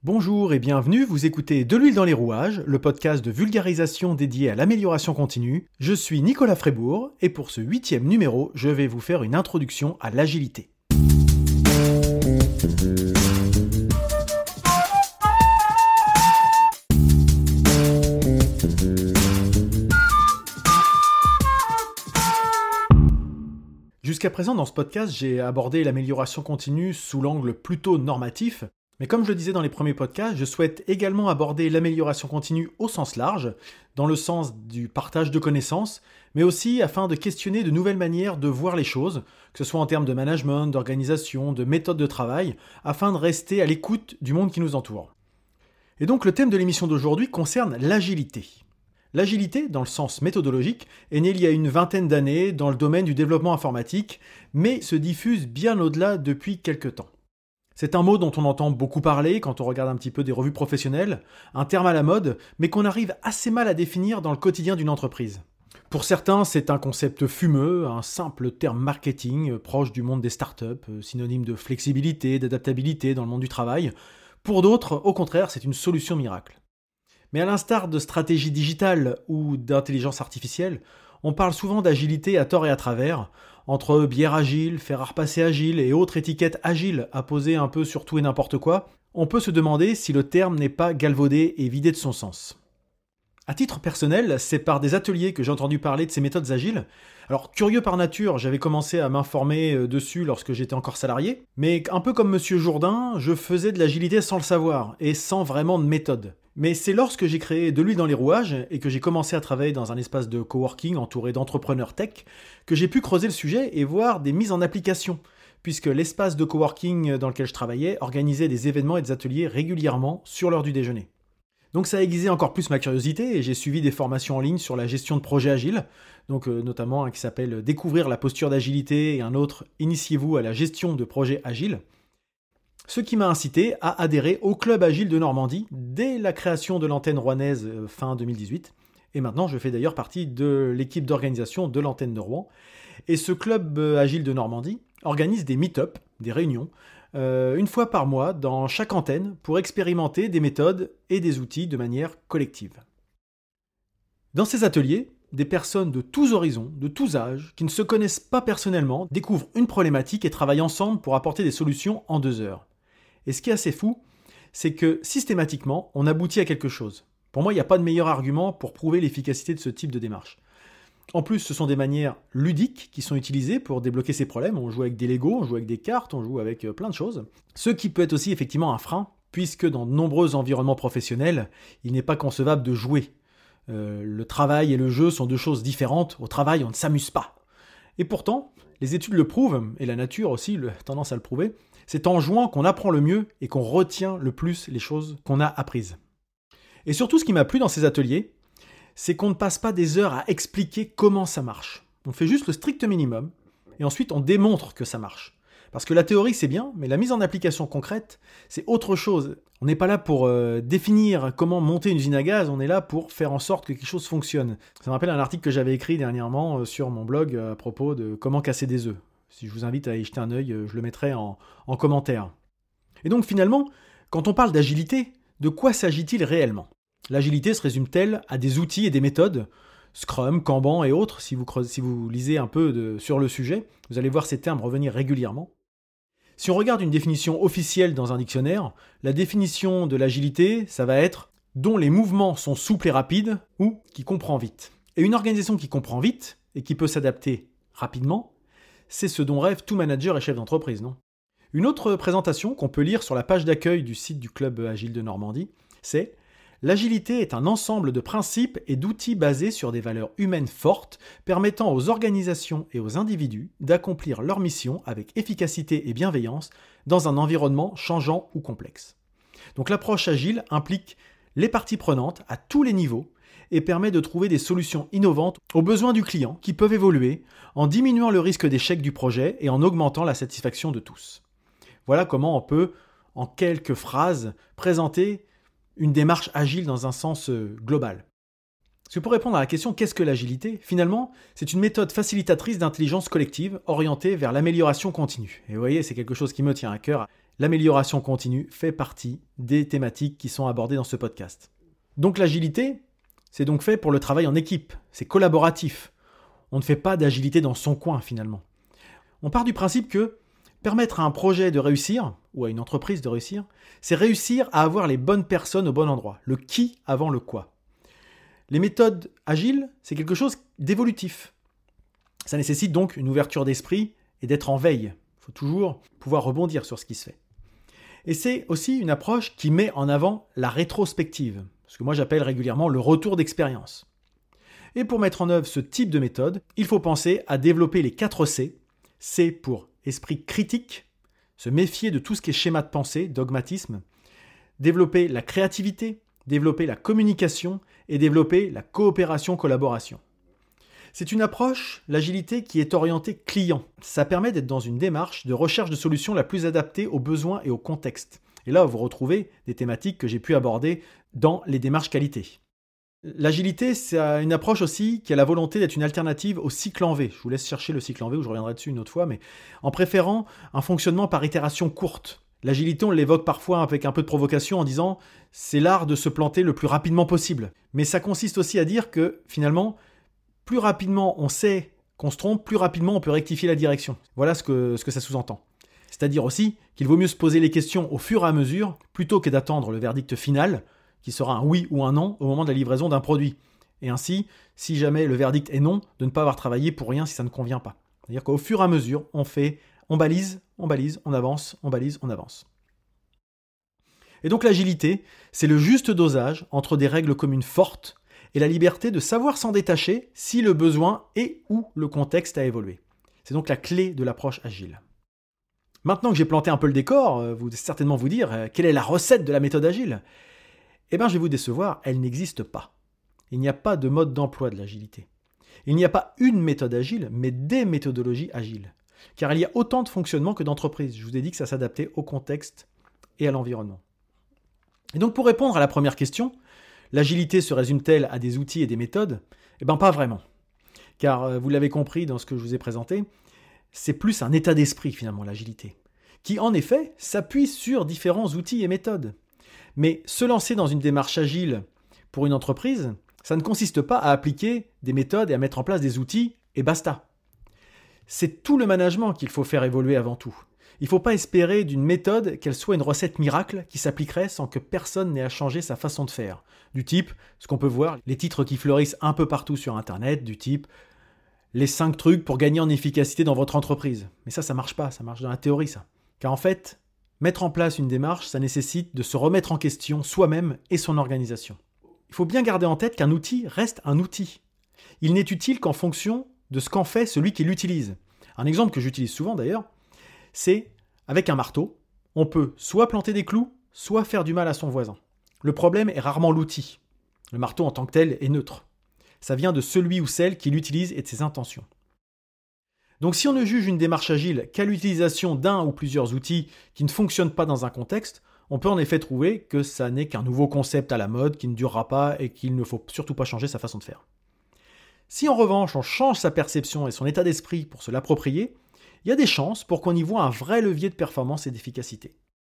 Bonjour et bienvenue, vous écoutez De l'huile dans les rouages, le podcast de vulgarisation dédié à l'amélioration continue. Je suis Nicolas Frébourg et pour ce 8e numéro, je vais vous faire une introduction à l'agilité. Jusqu'à présent, dans ce podcast, j'ai abordé l'amélioration continue sous l'angle plutôt normatif, mais comme je le disais dans les premiers podcasts, je souhaite également aborder l'amélioration continue au sens large, dans le sens du partage de connaissances, mais aussi afin de questionner de nouvelles manières de voir les choses, que ce soit en termes de management, d'organisation, de méthode de travail, afin de rester à l'écoute du monde qui nous entoure. Et donc le thème de l'émission d'aujourd'hui concerne l'agilité. L'agilité, dans le sens méthodologique, est née il y a une vingtaine d'années dans le domaine du développement informatique, mais se diffuse bien au-delà depuis quelques temps. C'est un mot dont on entend beaucoup parler quand on regarde un petit peu des revues professionnelles, un terme à la mode, mais qu'on arrive assez mal à définir dans le quotidien d'une entreprise. Pour certains, c'est un concept fumeux, un simple terme marketing proche du monde des startups, synonyme de flexibilité, d'adaptabilité dans le monde du travail. Pour d'autres, au contraire, c'est une solution miracle. Mais à l'instar de stratégie digitale ou d'intelligence artificielle, on parle souvent d'agilité à tort et à travers, entre bière agile, fer à repasser agile et autres étiquettes agiles apposées un peu sur tout et n'importe quoi, on peut se demander si le terme n'est pas galvaudé et vidé de son sens. À titre personnel, c'est par des ateliers que j'ai entendu parler de ces méthodes agiles. Alors, curieux par nature, j'avais commencé à m'informer dessus lorsque j'étais encore salarié, mais un peu comme Monsieur Jourdain, je faisais de l'agilité sans le savoir et sans vraiment de méthode. Mais c'est lorsque j'ai créé De l'huile dans les rouages et que j'ai commencé à travailler dans un espace de coworking entouré d'entrepreneurs tech que j'ai pu creuser le sujet et voir des mises en application, puisque l'espace de coworking dans lequel je travaillais organisait des événements et des ateliers régulièrement sur l'heure du déjeuner. Donc ça a aiguisé encore plus ma curiosité et j'ai suivi des formations en ligne sur la gestion de projets agiles, donc notamment un qui s'appelle Découvrir la posture d'agilité et un autre Initiez-vous à la gestion de projets agiles. Ce qui m'a incité à adhérer au Club Agile de Normandie dès la création de l'antenne rouennaise fin 2018. Et maintenant, je fais d'ailleurs partie de l'équipe d'organisation de l'antenne de Rouen. Et ce Club Agile de Normandie organise des meet-up, des réunions, une fois par mois dans chaque antenne pour expérimenter des méthodes et des outils de manière collective. Dans ces ateliers, des personnes de tous horizons, de tous âges, qui ne se connaissent pas personnellement, découvrent une problématique et travaillent ensemble pour apporter des solutions en 2 heures. Et ce qui est assez fou, c'est que systématiquement, on aboutit à quelque chose. Pour moi, il n'y a pas de meilleur argument pour prouver l'efficacité de ce type de démarche. En plus, ce sont des manières ludiques qui sont utilisées pour débloquer ces problèmes. On joue avec des Legos, on joue avec des cartes, on joue avec plein de choses. Ce qui peut être aussi effectivement un frein, puisque dans de nombreux environnements professionnels, il n'est pas concevable de jouer. Le travail et le jeu sont 2 choses différentes. Au travail, on ne s'amuse pas. Et pourtant, les études le prouvent, et la nature aussi a tendance à le prouver, c'est en jouant qu'on apprend le mieux et qu'on retient le plus les choses qu'on a apprises. Et surtout, ce qui m'a plu dans ces ateliers, c'est qu'on ne passe pas des heures à expliquer comment ça marche. On fait juste le strict minimum, et ensuite on démontre que ça marche. Parce que la théorie c'est bien, mais la mise en application concrète, c'est autre chose. On n'est pas là pour définir comment monter une usine à gaz, on est là pour faire en sorte que quelque chose fonctionne. Ça me rappelle un article que j'avais écrit dernièrement sur mon blog à propos de comment casser des œufs. Si je vous invite à y jeter un œil, je le mettrai en commentaire. Et donc finalement, quand on parle d'agilité, de quoi s'agit-il réellement ? L'agilité se résume-t-elle à des outils et des méthodes, Scrum, Kanban et autres, si vous lisez un peu sur le sujet, vous allez voir ces termes revenir régulièrement. Si on regarde une définition officielle dans un dictionnaire, la définition de l'agilité, ça va être « dont les mouvements sont souples et rapides » ou « qui comprend vite ». Et une organisation qui comprend vite et qui peut s'adapter rapidement, c'est ce dont rêve tout manager et chef d'entreprise, non ? Une autre présentation qu'on peut lire sur la page d'accueil du site du Club Agile de Normandie, c'est « L'agilité est un ensemble de principes et d'outils basés sur des valeurs humaines fortes permettant aux organisations et aux individus d'accomplir leur mission avec efficacité et bienveillance dans un environnement changeant ou complexe. » Donc l'approche agile implique les parties prenantes à tous les niveaux et permet de trouver des solutions innovantes aux besoins du client qui peuvent évoluer en diminuant le risque d'échec du projet et en augmentant la satisfaction de tous. Voilà comment on peut, en quelques phrases, présenter une démarche agile dans un sens global. Parce que pour répondre à la question « qu'est-ce que l'agilité ?», finalement, c'est une méthode facilitatrice d'intelligence collective orientée vers l'amélioration continue. Et vous voyez, c'est quelque chose qui me tient à cœur. l'amélioration continue fait partie des thématiques qui sont abordées dans ce podcast. Donc l'agilité, c'est donc fait pour le travail en équipe, c'est collaboratif. On ne fait pas d'agilité dans son coin finalement. On part du principe que permettre à un projet de réussir, ou à une entreprise de réussir, c'est réussir à avoir les bonnes personnes au bon endroit, le qui avant le quoi. Les méthodes agiles, c'est quelque chose d'évolutif. Ça nécessite donc une ouverture d'esprit et d'être en veille. Il faut toujours pouvoir rebondir sur ce qui se fait. Et c'est aussi une approche qui met en avant la rétrospective, ce que moi j'appelle régulièrement le retour d'expérience. Et pour mettre en œuvre ce type de méthode, il faut penser à développer les 4 C. C pour esprit critique, se méfier de tout ce qui est schéma de pensée, dogmatisme, développer la créativité, développer la communication et développer la coopération-collaboration. C'est une approche, l'agilité, qui est orientée client. Ça permet d'être dans une démarche de recherche de solutions la plus adaptée aux besoins et au contexte. Et là, vous retrouvez des thématiques que j'ai pu aborder dans les démarches qualité. L'agilité, c'est une approche aussi qui a la volonté d'être une alternative au cycle en V. Je vous laisse chercher le cycle en V, où je reviendrai dessus une autre fois, mais en préférant un fonctionnement par itération courte. L'agilité, on l'évoque parfois avec un peu de provocation en disant « c'est l'art de se planter le plus rapidement possible ». Mais ça consiste aussi à dire que, finalement, plus rapidement on sait qu'on se trompe, plus rapidement on peut rectifier la direction. Voilà ce que ça sous-entend. C'est-à-dire aussi qu'il vaut mieux se poser les questions au fur et à mesure, plutôt que d'attendre le verdict final, qui sera un oui ou un non au moment de la livraison d'un produit. Et ainsi, si jamais le verdict est non, de ne pas avoir travaillé pour rien si ça ne convient pas. C'est-à-dire qu'au fur et à mesure, on balise, on avance, on balise, on avance. Et donc l'agilité, c'est le juste dosage entre des règles communes fortes et la liberté de savoir s'en détacher si le besoin et ou le contexte a évolué. C'est donc la clé de l'approche agile. Maintenant que j'ai planté un peu le décor, vous allez certainement vous dire quelle est la recette de la méthode agile ? Eh bien, je vais vous décevoir, elle n'existe pas. Il n'y a pas de mode d'emploi de l'agilité. Il n'y a pas une méthode agile, mais des méthodologies agiles. Car il y a autant de fonctionnements que d'entreprises. Je vous ai dit que ça s'adaptait au contexte et à l'environnement. Et donc, pour répondre à la première question, l'agilité se résume-t-elle à des outils et des méthodes ? Eh bien, pas vraiment. Car, vous l'avez compris dans ce que je vous ai présenté, c'est plus un état d'esprit, finalement, l'agilité, qui, en effet, s'appuie sur différents outils et méthodes. Mais se lancer dans une démarche agile pour une entreprise, ça ne consiste pas à appliquer des méthodes et à mettre en place des outils et basta. C'est tout le management qu'il faut faire évoluer avant tout. Il ne faut pas espérer d'une méthode qu'elle soit une recette miracle qui s'appliquerait sans que personne n'ait à changer sa façon de faire. Du type, ce qu'on peut voir, les titres qui fleurissent un peu partout sur Internet, du type les 5 trucs pour gagner en efficacité dans votre entreprise. Mais ça marche pas, ça marche dans la théorie ça. Car en fait, mettre en place une démarche, ça nécessite de se remettre en question soi-même et son organisation. Il faut bien garder en tête qu'un outil reste un outil. Il n'est utile qu'en fonction de ce qu'en fait celui qui l'utilise. Un exemple que j'utilise souvent d'ailleurs, c'est avec un marteau, on peut soit planter des clous, soit faire du mal à son voisin. Le problème est rarement l'outil. Le marteau en tant que tel est neutre. Ça vient de celui ou celle qui l'utilise et de ses intentions. Donc si on ne juge une démarche agile qu'à l'utilisation d'un ou plusieurs outils qui ne fonctionnent pas dans un contexte, on peut en effet trouver que ça n'est qu'un nouveau concept à la mode qui ne durera pas et qu'il ne faut surtout pas changer sa façon de faire. Si en revanche on change sa perception et son état d'esprit pour se l'approprier, il y a des chances pour qu'on y voit un vrai levier de performance et d'efficacité.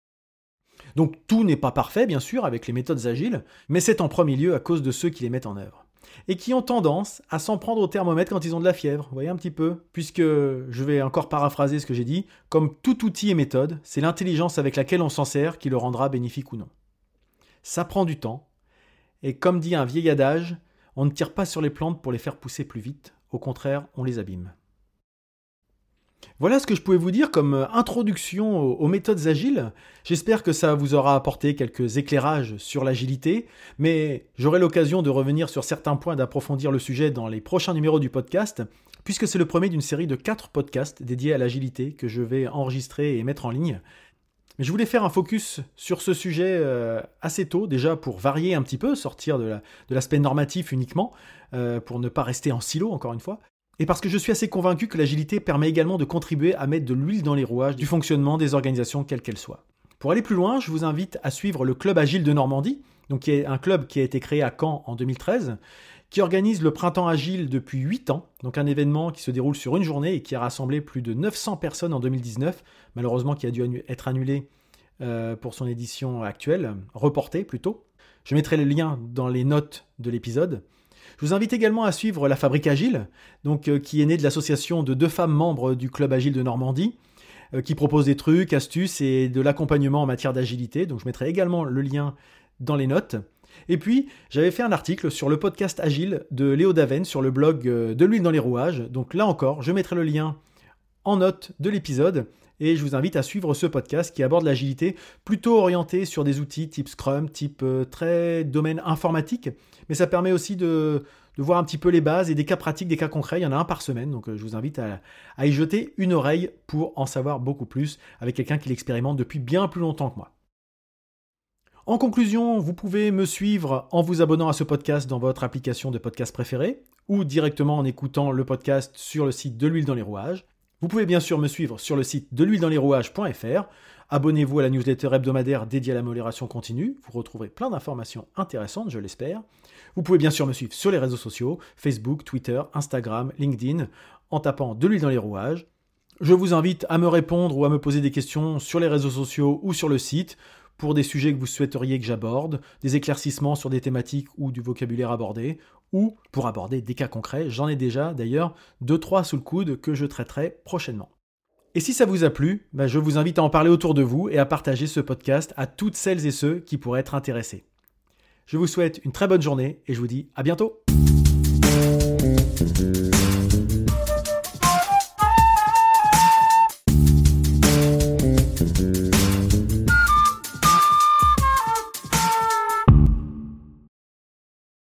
Donc tout n'est pas parfait bien sûr avec les méthodes agiles, mais c'est en premier lieu à cause de ceux qui les mettent en œuvre. Et qui ont tendance à s'en prendre au thermomètre quand ils ont de la fièvre, vous voyez un petit peu, puisque, je vais encore paraphraser ce que j'ai dit, comme tout outil et méthode, c'est l'intelligence avec laquelle on s'en sert qui le rendra bénéfique ou non. Ça prend du temps, et comme dit un vieil adage, on ne tire pas sur les plantes pour les faire pousser plus vite, au contraire, on les abîme. Voilà ce que je pouvais vous dire comme introduction aux méthodes agiles. J'espère que ça vous aura apporté quelques éclairages sur l'agilité, mais j'aurai l'occasion de revenir sur certains points, d'approfondir le sujet dans les prochains numéros du podcast, puisque c'est le premier d'une série de 4 podcasts dédiés à l'agilité que je vais enregistrer et mettre en ligne. Mais je voulais faire un focus sur ce sujet assez tôt, déjà pour varier un petit peu, sortir de l'aspect normatif uniquement, pour ne pas rester en silo, encore une fois. Et parce que je suis assez convaincu que l'agilité permet également de contribuer à mettre de l'huile dans les rouages du fonctionnement des organisations quelles qu'elles soient. Pour aller plus loin, je vous invite à suivre le Club Agile de Normandie, donc qui est un club qui a été créé à Caen en 2013, qui organise le Printemps Agile depuis 8 ans, donc un événement qui se déroule sur une journée et qui a rassemblé plus de 900 personnes en 2019, malheureusement qui a dû être annulé pour son édition actuelle, reportée plutôt. Je mettrai le lien dans les notes de l'épisode. Je vous invite également à suivre la Fabrique Agile, qui est née de l'association de 2 femmes membres du Club Agile de Normandie, qui propose des trucs, astuces et de l'accompagnement en matière d'agilité. Donc je mettrai également le lien dans les notes. Et puis, j'avais fait un article sur le podcast Agile de Léo Daven sur le blog de l'huile dans les rouages. Donc là encore, je mettrai le lien en note de l'épisode et je vous invite à suivre ce podcast qui aborde l'agilité plutôt orienté sur des outils type Scrum, type très domaine informatique. Mais ça permet aussi de voir un petit peu les bases et des cas pratiques, des cas concrets. Il y en a un par semaine, donc je vous invite à y jeter une oreille pour en savoir beaucoup plus avec quelqu'un qui l'expérimente depuis bien plus longtemps que moi. En conclusion, vous pouvez me suivre en vous abonnant à ce podcast dans votre application de podcast préférée ou directement en écoutant le podcast sur le site de l'huile dans les rouages. Vous pouvez bien sûr me suivre sur le site de l'huiledanslesrouages.fr. Abonnez-vous à la newsletter hebdomadaire dédiée à l'amélioration continue. Vous retrouverez plein d'informations intéressantes, je l'espère. Vous pouvez bien sûr me suivre sur les réseaux sociaux, Facebook, Twitter, Instagram, LinkedIn, en tapant de l'huile dans les rouages. Je vous invite à me répondre ou à me poser des questions sur les réseaux sociaux ou sur le site pour des sujets que vous souhaiteriez que j'aborde, des éclaircissements sur des thématiques ou du vocabulaire abordé, ou pour aborder des cas concrets. J'en ai déjà d'ailleurs 2-3 sous le coude que je traiterai prochainement. Et si ça vous a plu, je vous invite à en parler autour de vous et à partager ce podcast à toutes celles et ceux qui pourraient être intéressés. Je vous souhaite une très bonne journée et je vous dis à bientôt.